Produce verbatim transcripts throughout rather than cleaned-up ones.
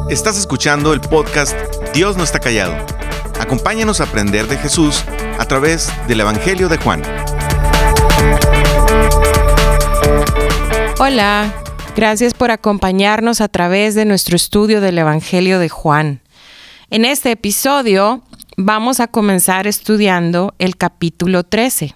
Estás escuchando el podcast Dios no está callado. Acompáñanos a aprender de Jesús a través del Evangelio de Juan. Hola, gracias por acompañarnos a través de nuestro estudio del Evangelio de Juan. En este episodio vamos a comenzar estudiando el capítulo trece.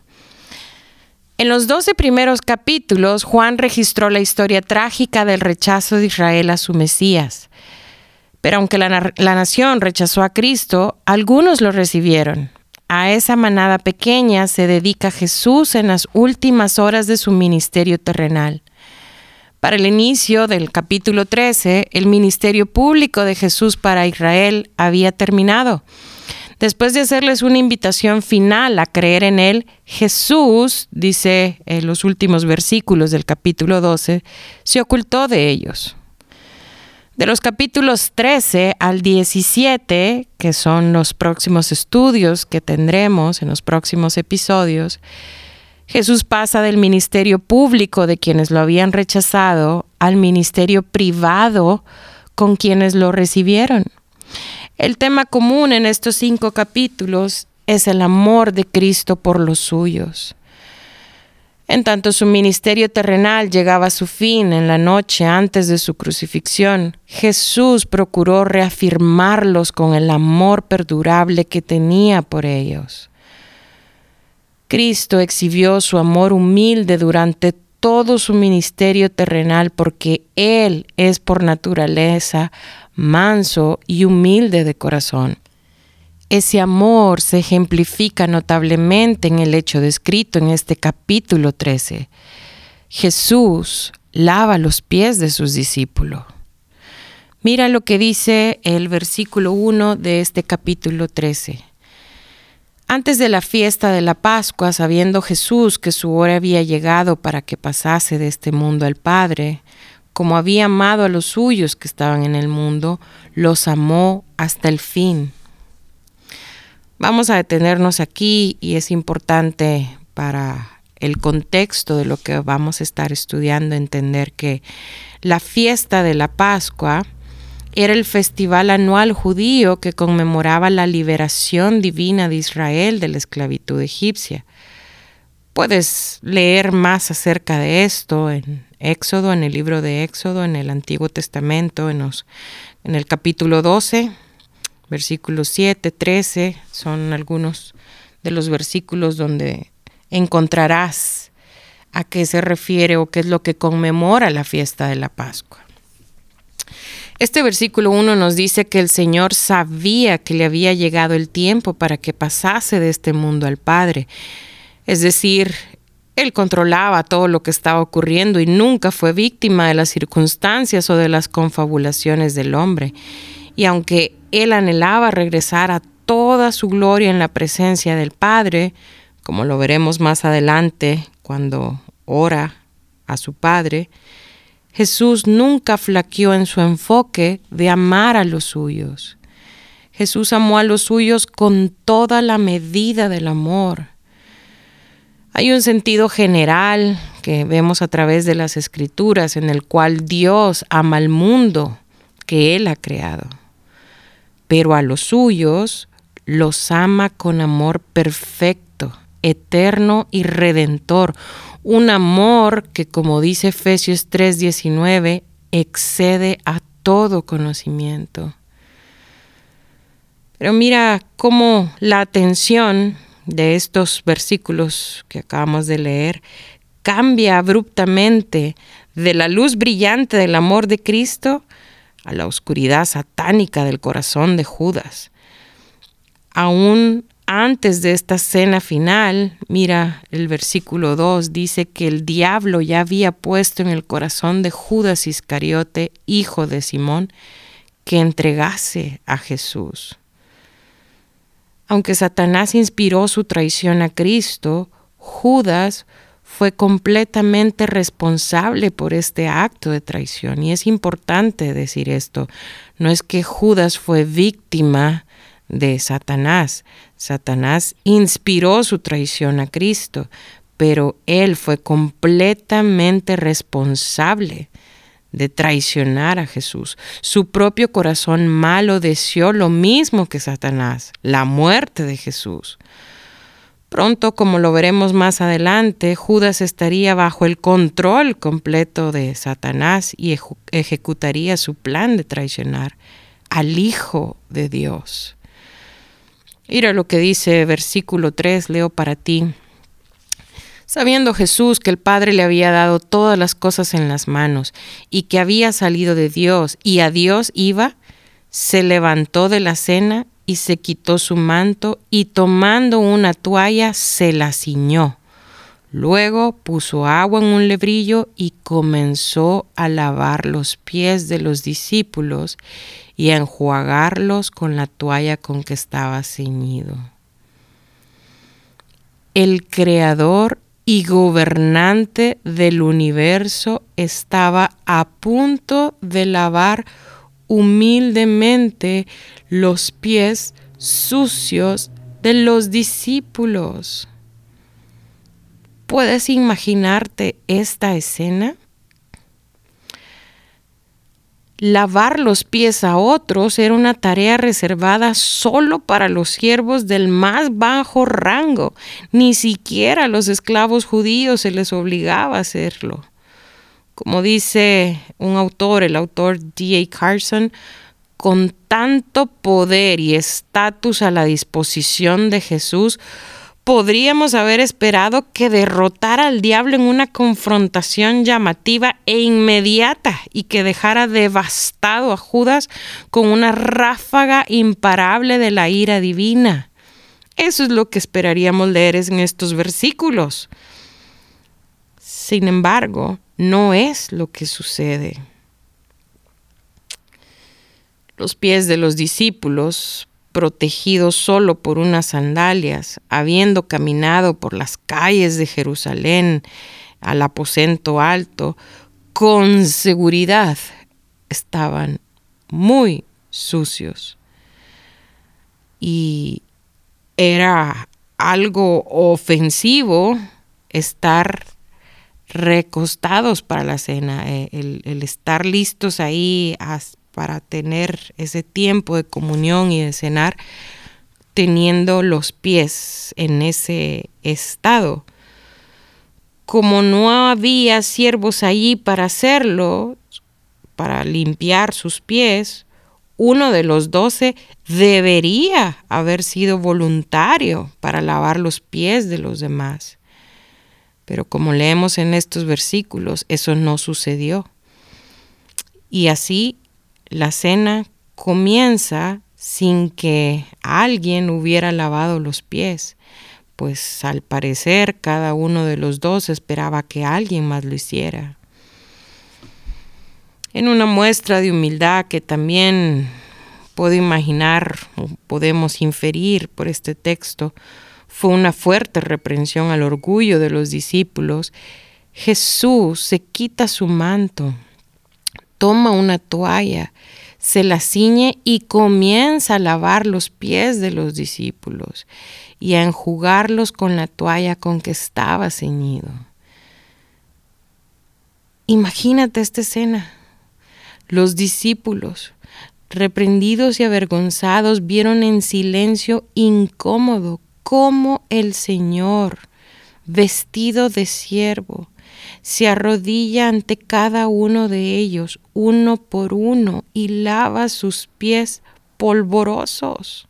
En los doce primeros capítulos, Juan registró la historia trágica del rechazo de Israel a su Mesías. Pero aunque la, la nación rechazó a Cristo, algunos lo recibieron. A esa manada pequeña se dedica Jesús en las últimas horas de su ministerio terrenal. Para el inicio del capítulo trece, el ministerio público de Jesús para Israel había terminado. Después de hacerles una invitación final a creer en Él, Jesús, dice en los últimos versículos del capítulo doce, se ocultó de ellos. De los capítulos trece al diecisiete, que son los próximos estudios que tendremos en los próximos episodios, Jesús pasa del ministerio público de quienes lo habían rechazado al ministerio privado con quienes lo recibieron. El tema común en estos cinco capítulos es el amor de Cristo por los suyos. En tanto su ministerio terrenal llegaba a su fin en la noche antes de su crucifixión, Jesús procuró reafirmarlos con el amor perdurable que tenía por ellos. Cristo exhibió su amor humilde durante todo su ministerio terrenal porque Él es por naturaleza manso y humilde de corazón. Ese amor se ejemplifica notablemente en el hecho descrito en este capítulo trece. Jesús lava los pies de sus discípulos. Mira lo que dice el versículo uno de este capítulo trece. Antes de la fiesta de la Pascua, sabiendo Jesús que su hora había llegado para que pasase de este mundo al Padre, como había amado a los suyos que estaban en el mundo, los amó hasta el fin. Vamos a detenernos aquí y es importante para el contexto de lo que vamos a estar estudiando entender que la fiesta de la Pascua era el festival anual judío que conmemoraba la liberación divina de Israel de la esclavitud egipcia. Puedes leer más acerca de esto en Éxodo, en el libro de Éxodo, en el Antiguo Testamento, en, los, en el capítulo doce, versículos siete, trece, son algunos de los versículos donde encontrarás a qué se refiere o qué es lo que conmemora la fiesta de la Pascua. Este versículo uno nos dice que el Señor sabía que le había llegado el tiempo para que pasase de este mundo al Padre. Es decir, Él controlaba todo lo que estaba ocurriendo y nunca fue víctima de las circunstancias o de las confabulaciones del hombre. Y aunque Él anhelaba regresar a toda su gloria en la presencia del Padre, como lo veremos más adelante cuando ora a su Padre, Jesús nunca flaqueó en su enfoque de amar a los suyos. Jesús amó a los suyos con toda la medida del amor. Hay un sentido general que vemos a través de las Escrituras en el cual Dios ama al mundo que Él ha creado, pero a los suyos los ama con amor perfecto, eterno y redentor, un amor que, como dice Efesios tres diecinueve, excede a todo conocimiento. Pero mira cómo la atención de estos versículos que acabamos de leer cambia abruptamente de la luz brillante del amor de Cristo a la oscuridad satánica del corazón de Judas. Aún antes de esta cena final, mira el versículo dos, dice que el diablo ya había puesto en el corazón de Judas Iscariote, hijo de Simón, que entregase a Jesús. Aunque Satanás inspiró su traición a Cristo, Judas fue completamente responsable por este acto de traición. Y es importante decir esto. No es que Judas fue víctima de Satanás. Satanás inspiró su traición a Cristo, pero él fue completamente responsable de traicionar a Jesús. Su propio corazón malo deseó lo mismo que Satanás, la muerte de Jesús. Pronto, como lo veremos más adelante, Judas estaría bajo el control completo de Satanás y eje- ejecutaría su plan de traicionar al Hijo de Dios. Mira lo que dice versículo tres, leo para ti. Sabiendo Jesús que el Padre le había dado todas las cosas en las manos y que había salido de Dios y a Dios iba, se levantó de la cena y se quitó su manto y tomando una toalla se la ciñó. Luego puso agua en un lebrillo y comenzó a lavar los pies de los discípulos y a enjuagarlos con la toalla con que estaba ceñido. El Creador y gobernante del universo estaba a punto de lavar humildemente los pies sucios de los discípulos. ¿Puedes imaginarte esta escena? Lavar los pies a otros era una tarea reservada solo para los siervos del más bajo rango. Ni siquiera a los esclavos judíos se les obligaba a hacerlo. Como dice un autor, el autor D A Carson, con tanto poder y estatus a la disposición de Jesús, podríamos haber esperado que derrotara al diablo en una confrontación llamativa e inmediata y que dejara devastado a Judas con una ráfaga imparable de la ira divina. Eso es lo que esperaríamos leer en estos versículos. Sin embargo, no es lo que sucede. Los pies de los discípulos, protegidos solo por unas sandalias, habiendo caminado por las calles de Jerusalén al aposento alto, con seguridad estaban muy sucios. Y era algo ofensivo estar recostados para la cena, el, el estar listos ahí para tener ese tiempo de comunión y de cenar, teniendo los pies en ese estado. Como no había siervos allí para hacerlo, para limpiar sus pies, uno de los doce debería haber sido voluntario para lavar los pies de los demás. Pero como leemos en estos versículos, eso no sucedió. Y así la cena comienza sin que alguien hubiera lavado los pies, pues al parecer cada uno de los dos esperaba que alguien más lo hiciera. En una muestra de humildad que también puedo imaginar o podemos inferir por este texto, fue una fuerte reprensión al orgullo de los discípulos. Jesús se quita su manto, toma una toalla, se la ciñe y comienza a lavar los pies de los discípulos y a enjugarlos con la toalla con que estaba ceñido. Imagínate esta escena. Los discípulos, reprendidos y avergonzados, vieron en silencio incómodo cómo el Señor, vestido de siervo, se arrodilla ante cada uno de ellos, uno por uno, y lava sus pies polvorosos.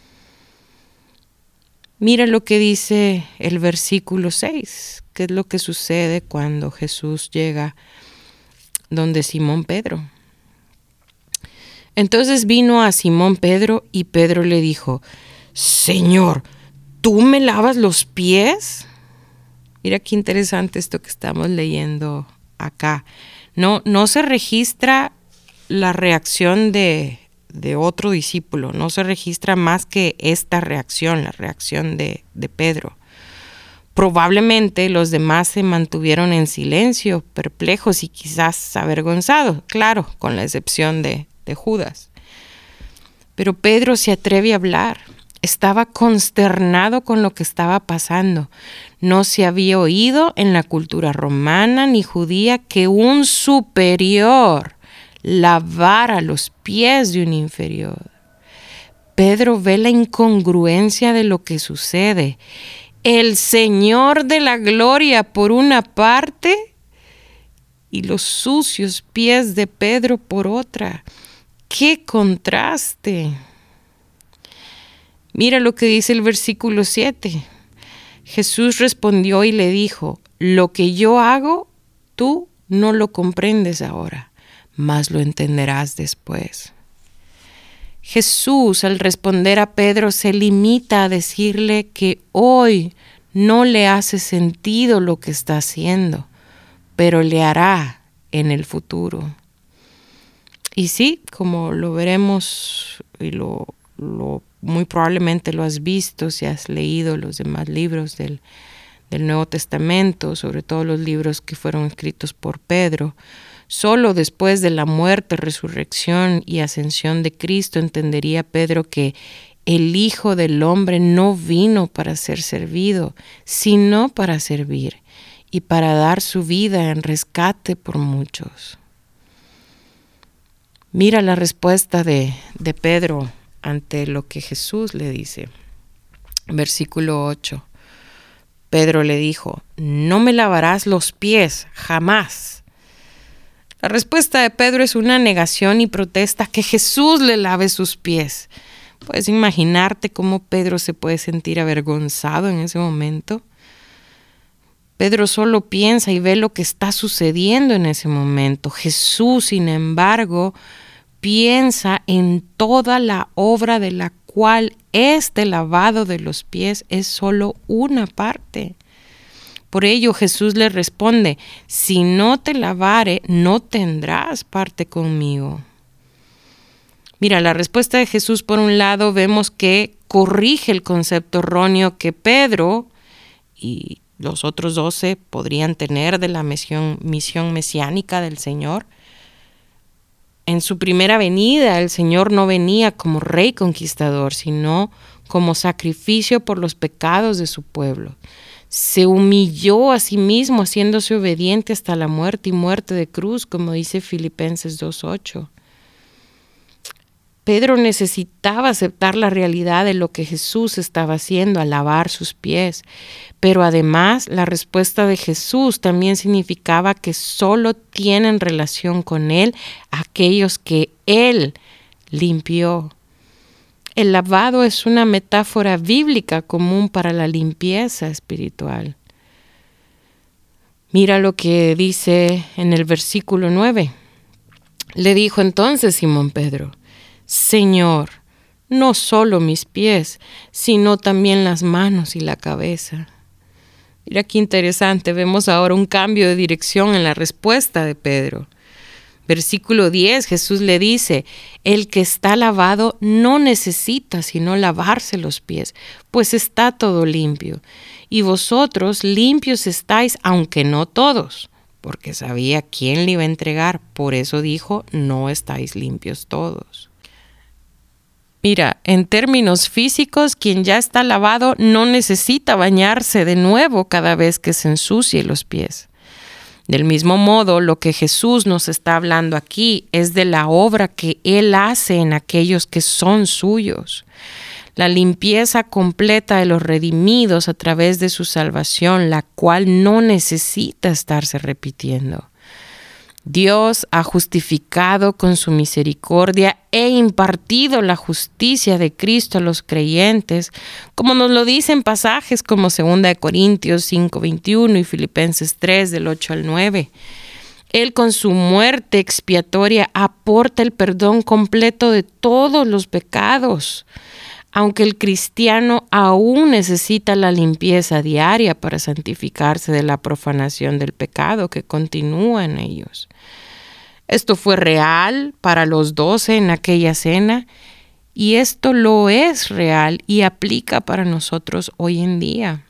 Mira lo que dice el versículo seis, que es lo que sucede cuando Jesús llega donde Simón Pedro. Entonces vino a Simón Pedro y Pedro le dijo: Señor, ¿tú me lavas los pies? Mira qué interesante esto que estamos leyendo acá. No, no se registra la reacción de, de otro discípulo, no se registra más que esta reacción, la reacción de, de Pedro. Probablemente los demás se mantuvieron en silencio, perplejos y quizás avergonzados, claro, con la excepción de, de Judas. Pero Pedro se atreve a hablar. Estaba consternado con lo que estaba pasando. No se había oído en la cultura romana ni judía que un superior lavara los pies de un inferior. Pedro ve la incongruencia de lo que sucede. El Señor de la gloria por una parte y los sucios pies de Pedro por otra. ¡Qué contraste! Mira lo que dice el versículo siete. Jesús respondió y le dijo: lo que yo hago, tú no lo comprendes ahora, mas lo entenderás después. Jesús, al responder a Pedro, se limita a decirle que hoy no le hace sentido lo que está haciendo, pero le hará en el futuro. Y sí, como lo veremos y lo, lo muy probablemente lo has visto si has leído los demás libros del, del Nuevo Testamento, sobre todo los libros que fueron escritos por Pedro, solo después de la muerte, resurrección y ascensión de Cristo entendería Pedro que el Hijo del Hombre no vino para ser servido, sino para servir y para dar su vida en rescate por muchos. Mira la respuesta de, de Pedro ante lo que Jesús le dice. Versículo ocho. Pedro le dijo: no me lavarás los pies, jamás. La respuesta de Pedro es una negación y protesta que Jesús le lave sus pies. ¿Puedes imaginarte cómo Pedro se puede sentir avergonzado en ese momento? Pedro solo piensa y ve lo que está sucediendo en ese momento. Jesús, sin embargo, piensa en toda la obra de la cual este lavado de los pies es solo una parte. Por ello Jesús le responde: si no te lavare, no tendrás parte conmigo. Mira, la respuesta de Jesús, por un lado, vemos que corrige el concepto erróneo que Pedro y los otros doce podrían tener de la misión, misión mesiánica del Señor. En su primera venida, el Señor no venía como rey conquistador, sino como sacrificio por los pecados de su pueblo. Se humilló a sí mismo, haciéndose obediente hasta la muerte y muerte de cruz, como dice Filipenses dos ocho. Pedro necesitaba aceptar la realidad de lo que Jesús estaba haciendo al lavar sus pies, pero además la respuesta de Jesús también significaba que solo tienen relación con Él aquellos que Él limpió. El lavado es una metáfora bíblica común para la limpieza espiritual. Mira lo que dice en el versículo nueve. Le dijo entonces Simón Pedro: Señor, no solo mis pies, sino también las manos y la cabeza. Mira qué interesante, vemos ahora un cambio de dirección en la respuesta de Pedro. Versículo diez, Jesús le dice: el que está lavado no necesita sino lavarse los pies, pues está todo limpio. Y vosotros limpios estáis, aunque no todos, porque sabía quién le iba a entregar. Por eso dijo: no estáis limpios todos. Mira, en términos físicos, quien ya está lavado no necesita bañarse de nuevo cada vez que se ensucie los pies. Del mismo modo, lo que Jesús nos está hablando aquí es de la obra que Él hace en aquellos que son suyos. La limpieza completa de los redimidos a través de su salvación, la cual no necesita estarse repitiendo. Dios ha justificado con su misericordia e impartido la justicia de Cristo a los creyentes, como nos lo dicen pasajes como segunda de Corintios cinco veintiuno y Filipenses tres del ocho al nueve. Él con su muerte expiatoria aporta el perdón completo de todos los pecados, aunque el cristiano aún necesita la limpieza diaria para santificarse de la profanación del pecado que continúa en ellos. Esto fue real para los doce en aquella cena, y esto lo es real y aplica para nosotros hoy en día.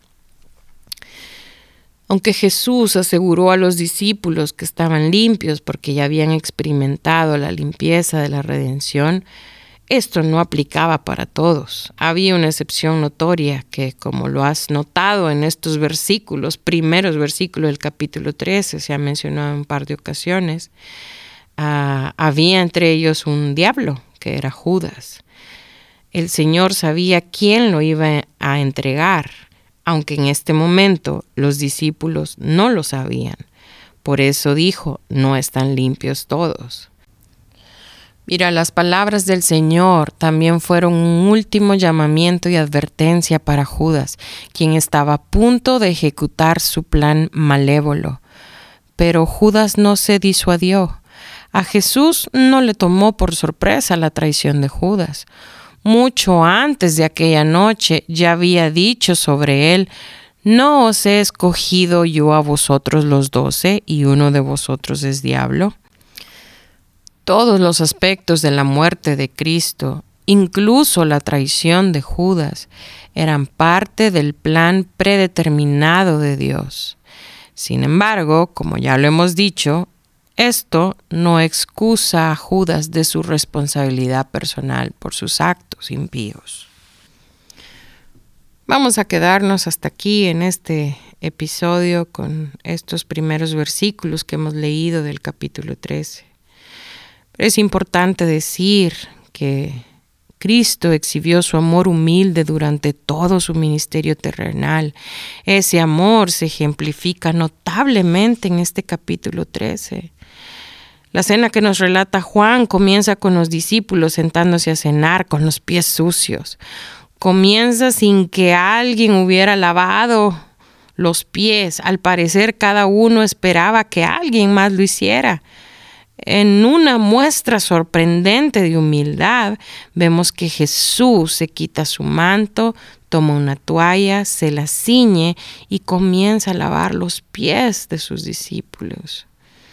Aunque Jesús aseguró a los discípulos que estaban limpios porque ya habían experimentado la limpieza de la redención, Esto no aplicaba para todos. Había una excepción notoria que, como lo has notado en estos versículos, primeros versículos del capítulo trece, se ha mencionado en un par de ocasiones, uh, había entre ellos un diablo, que era Judas. El Señor sabía quién lo iba a entregar, aunque en este momento los discípulos no lo sabían. Por eso dijo, no están limpios todos. Mira, las palabras del Señor también fueron un último llamamiento y advertencia para Judas, quien estaba a punto de ejecutar su plan malévolo. Pero Judas no se disuadió. A Jesús no le tomó por sorpresa la traición de Judas. Mucho antes de aquella noche ya había dicho sobre él, ¿no os he escogido yo a vosotros los doce y uno de vosotros es diablo? Todos los aspectos de la muerte de Cristo, incluso la traición de Judas, eran parte del plan predeterminado de Dios. Sin embargo, como ya lo hemos dicho, esto no excusa a Judas de su responsabilidad personal por sus actos impíos. Vamos a quedarnos hasta aquí en este episodio con estos primeros versículos que hemos leído del capítulo trece. Pero es importante decir que Cristo exhibió su amor humilde durante todo su ministerio terrenal. Ese amor se ejemplifica notablemente en este capítulo trece. La cena que nos relata Juan comienza con los discípulos sentándose a cenar con los pies sucios. Comienza sin que alguien hubiera lavado los pies. Al parecer, cada uno esperaba que alguien más lo hiciera. En una muestra sorprendente de humildad, vemos que Jesús se quita su manto, toma una toalla, se la ciñe y comienza a lavar los pies de sus discípulos.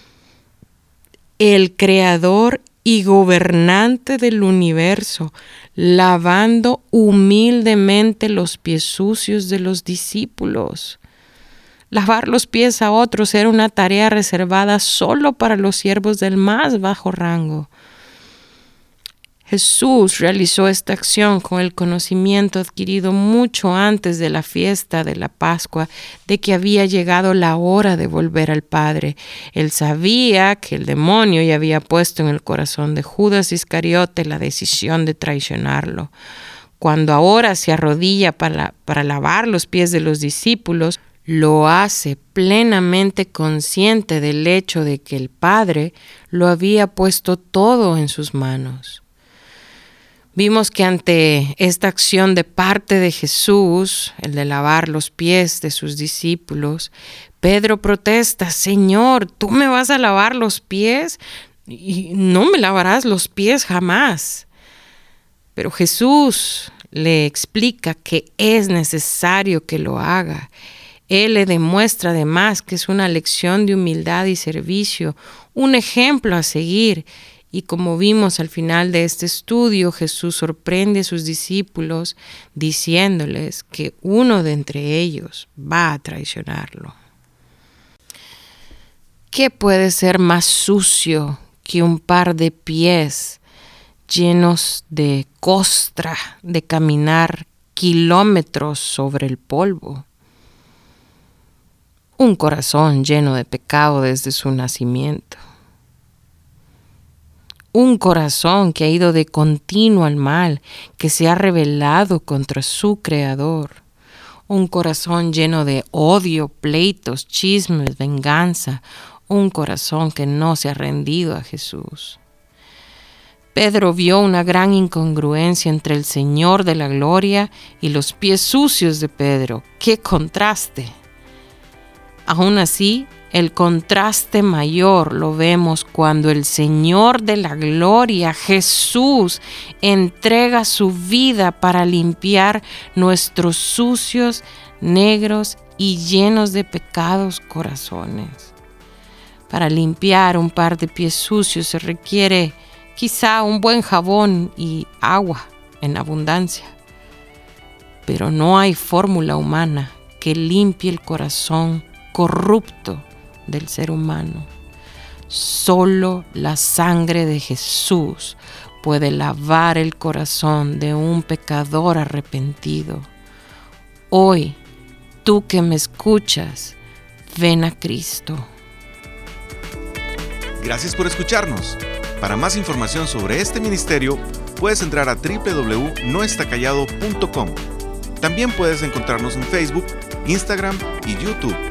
El creador y gobernante del universo, lavando humildemente los pies sucios de los discípulos. Lavar los pies a otros era una tarea reservada solo para los siervos del más bajo rango. Jesús realizó esta acción con el conocimiento adquirido mucho antes de la fiesta de la Pascua de que había llegado la hora de volver al Padre. Él sabía que el demonio ya había puesto en el corazón de Judas Iscariote la decisión de traicionarlo. Cuando ahora se arrodilla para, para lavar los pies de los discípulos, lo hace plenamente consciente del hecho de que el Padre lo había puesto todo en sus manos. Vimos que ante esta acción de parte de Jesús, el de lavar los pies de sus discípulos, Pedro protesta, Señor, ¿tú me vas a lavar los pies? Y no me lavarás los pies jamás. Pero Jesús le explica que es necesario que lo haga. Él le demuestra además que es una lección de humildad y servicio, un ejemplo a seguir. Y como vimos al final de este estudio, Jesús sorprende a sus discípulos diciéndoles que uno de entre ellos va a traicionarlo. ¿Qué puede ser más sucio que un par de pies llenos de costra de caminar kilómetros sobre el polvo? Un corazón lleno de pecado desde su nacimiento. Un corazón que ha ido de continuo al mal, que se ha rebelado contra su Creador. Un corazón lleno de odio, pleitos, chismes, venganza. Un corazón que no se ha rendido a Jesús. Pedro vio una gran incongruencia entre el Señor de la gloria y los pies sucios de Pedro. ¡Qué contraste! Aún así, el contraste mayor lo vemos cuando el Señor de la gloria, Jesús, entrega su vida para limpiar nuestros sucios, negros y llenos de pecados corazones. Para limpiar un par de pies sucios se requiere quizá un buen jabón y agua en abundancia. Pero no hay fórmula humana que limpie el corazón corrupto del ser humano. Solo la sangre de Jesús puede lavar el corazón de un pecador arrepentido. Hoy, tú que me escuchas, ven a Cristo. Gracias por escucharnos. Para más información sobre este ministerio, puedes entrar a doble u doble u doble u punto no está callado punto com. También puedes encontrarnos en Facebook, Instagram y YouTube.